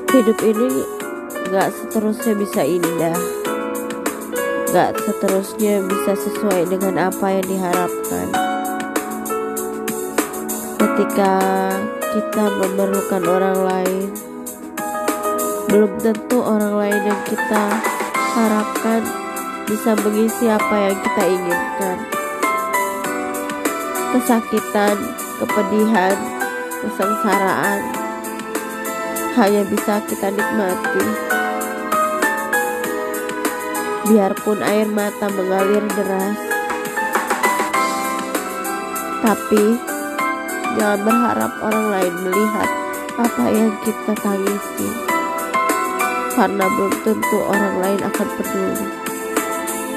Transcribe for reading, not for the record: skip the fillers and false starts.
Hidup ini gak seterusnya bisa indah, gak seterusnya bisa sesuai dengan apa yang diharapkan. Ketika kita memerlukan orang lain, belum tentu orang lain yang kita harapkan bisa mengisi apa yang kita inginkan. Kesakitan, kepedihan, kesengsaraan hanya bisa kita nikmati. Biarpun air mata mengalir deras, tapi jangan berharap orang lain melihat apa yang kita tangisi, karena belum tentu orang lain akan peduli.